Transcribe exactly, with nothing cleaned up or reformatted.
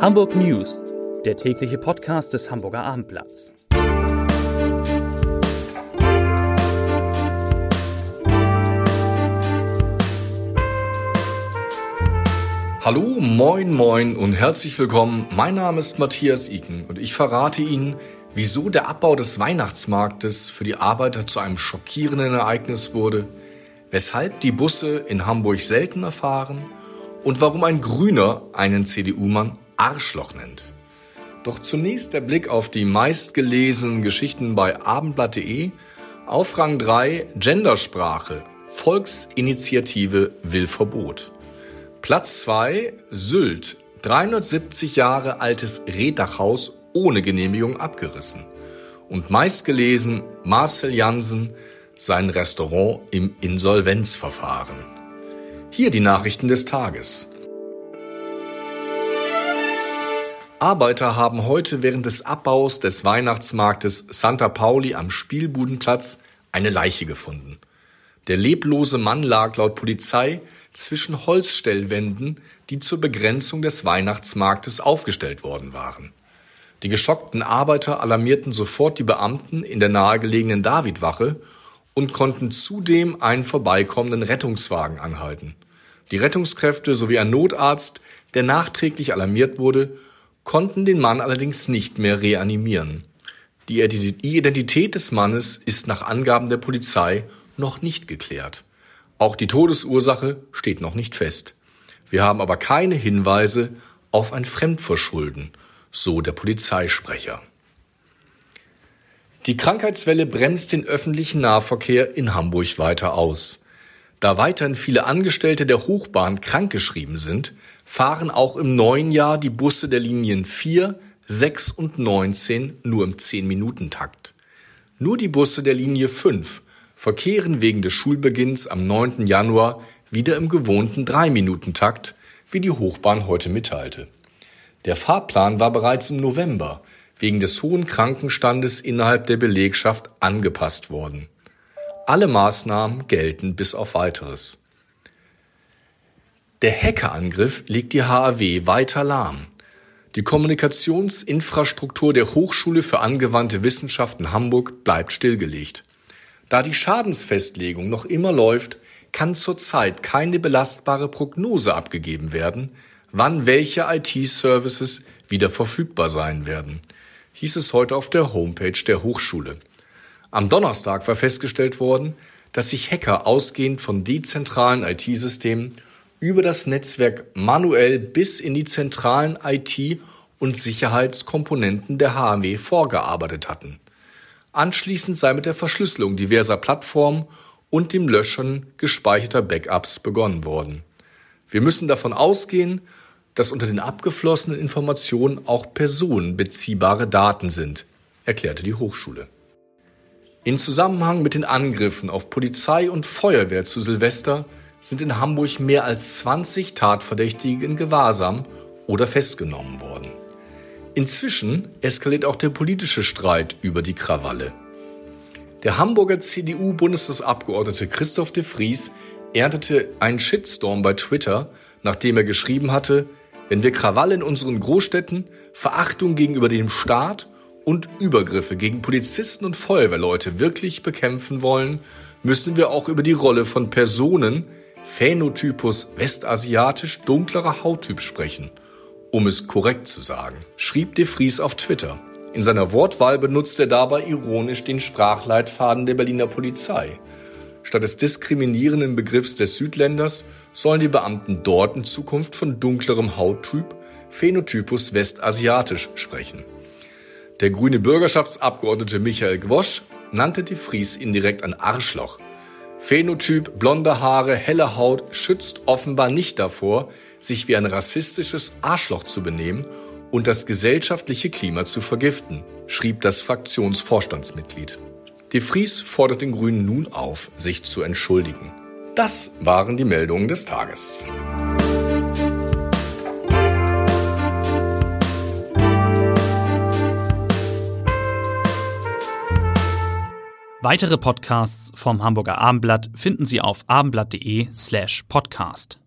Hamburg News, der tägliche Podcast des Hamburger Abendblatts. Hallo, moin, moin und herzlich willkommen. Mein Name ist Matthias Iken und ich verrate Ihnen, wieso der Abbau des Weihnachtsmarktes für die Arbeiter zu einem schockierenden Ereignis wurde, weshalb die Busse in Hamburg seltener fahren und warum ein Grüner einen C D U-Mann Arschloch nennt. Doch zunächst der Blick auf die meistgelesenen Geschichten bei abendblatt punkt de. Auf Rang drei Gendersprache, Volksinitiative will Verbot. Platz zwei Sylt, dreihundertsiebzig Jahre altes Rehdachhaus ohne Genehmigung abgerissen. Und meistgelesen Marcel Jansen, sein Restaurant im Insolvenzverfahren. Hier die Nachrichten des Tages. Arbeiter haben heute während des Abbaus des Weihnachtsmarktes Santa Pauli am Spielbudenplatz eine Leiche gefunden. Der leblose Mann lag laut Polizei zwischen Holzstellwänden, die zur Begrenzung des Weihnachtsmarktes aufgestellt worden waren. Die geschockten Arbeiter alarmierten sofort die Beamten in der nahegelegenen Davidwache und konnten zudem einen vorbeikommenden Rettungswagen anhalten. Die Rettungskräfte sowie ein Notarzt, der nachträglich alarmiert wurde, konnten den Mann allerdings nicht mehr reanimieren. Die Identität des Mannes ist nach Angaben der Polizei noch nicht geklärt. Auch die Todesursache steht noch nicht fest. Wir haben aber keine Hinweise auf ein Fremdverschulden, so der Polizeisprecher. Die Krankheitswelle bremst den öffentlichen Nahverkehr in Hamburg weiter aus. Da weiterhin viele Angestellte der Hochbahn krankgeschrieben sind, fahren auch im neuen Jahr die Busse der Linien vier, sechs und neunzehn nur im zehn-Minuten-Takt. Nur die Busse der Linie fünf verkehren wegen des Schulbeginns am neunten Januar wieder im gewohnten drei-Minuten-Takt, wie die Hochbahn heute mitteilte. Der Fahrplan war bereits im November wegen des hohen Krankenstandes innerhalb der Belegschaft angepasst worden. Alle Maßnahmen gelten bis auf Weiteres. Der Hackerangriff legt die H A W weiter lahm. Die Kommunikationsinfrastruktur der Hochschule für angewandte Wissenschaften Hamburg bleibt stillgelegt. Da die Schadensfestlegung noch immer läuft, kann zurzeit keine belastbare Prognose abgegeben werden, wann welche I T-Services wieder verfügbar sein werden, hieß es heute auf der Homepage der Hochschule. Am Donnerstag war festgestellt worden, dass sich Hacker ausgehend von dezentralen I T-Systemen über das Netzwerk manuell bis in die zentralen I T- und Sicherheitskomponenten der H A W vorgearbeitet hatten. Anschließend sei mit der Verschlüsselung diverser Plattformen und dem Löschen gespeicherter Backups begonnen worden. Wir müssen davon ausgehen, dass unter den abgeflossenen Informationen auch personenbeziehbare Daten sind, erklärte die Hochschule. In Zusammenhang mit den Angriffen auf Polizei und Feuerwehr zu Silvester sind in Hamburg mehr als zwanzig Tatverdächtige in Gewahrsam oder festgenommen worden. Inzwischen eskaliert auch der politische Streit über die Krawalle. Der Hamburger C D U-Bundestagsabgeordnete Christoph de Vries erntete einen Shitstorm bei Twitter, nachdem er geschrieben hatte, wenn wir Krawalle in unseren Großstädten, Verachtung gegenüber dem Staat und Übergriffe gegen Polizisten und Feuerwehrleute wirklich bekämpfen wollen, müssen wir auch über die Rolle von Personen, Phänotypus westasiatisch dunklerer Hauttyp sprechen, um es korrekt zu sagen, schrieb de Vries auf Twitter. In seiner Wortwahl benutzt er dabei ironisch den Sprachleitfaden der Berliner Polizei. Statt des diskriminierenden Begriffs des Südländers sollen die Beamten dort in Zukunft von dunklerem Hauttyp, Phänotypus westasiatisch sprechen. Der grüne Bürgerschaftsabgeordnete Michael Gwosch nannte de Vries indirekt ein Arschloch. Phänotyp, blonde Haare, helle Haut schützt offenbar nicht davor, sich wie ein rassistisches Arschloch zu benehmen und das gesellschaftliche Klima zu vergiften, schrieb das Fraktionsvorstandsmitglied. De Vries fordert den Grünen nun auf, sich zu entschuldigen. Das waren die Meldungen des Tages. Weitere Podcasts vom Hamburger Abendblatt finden Sie auf abendblatt punkt de slash podcast.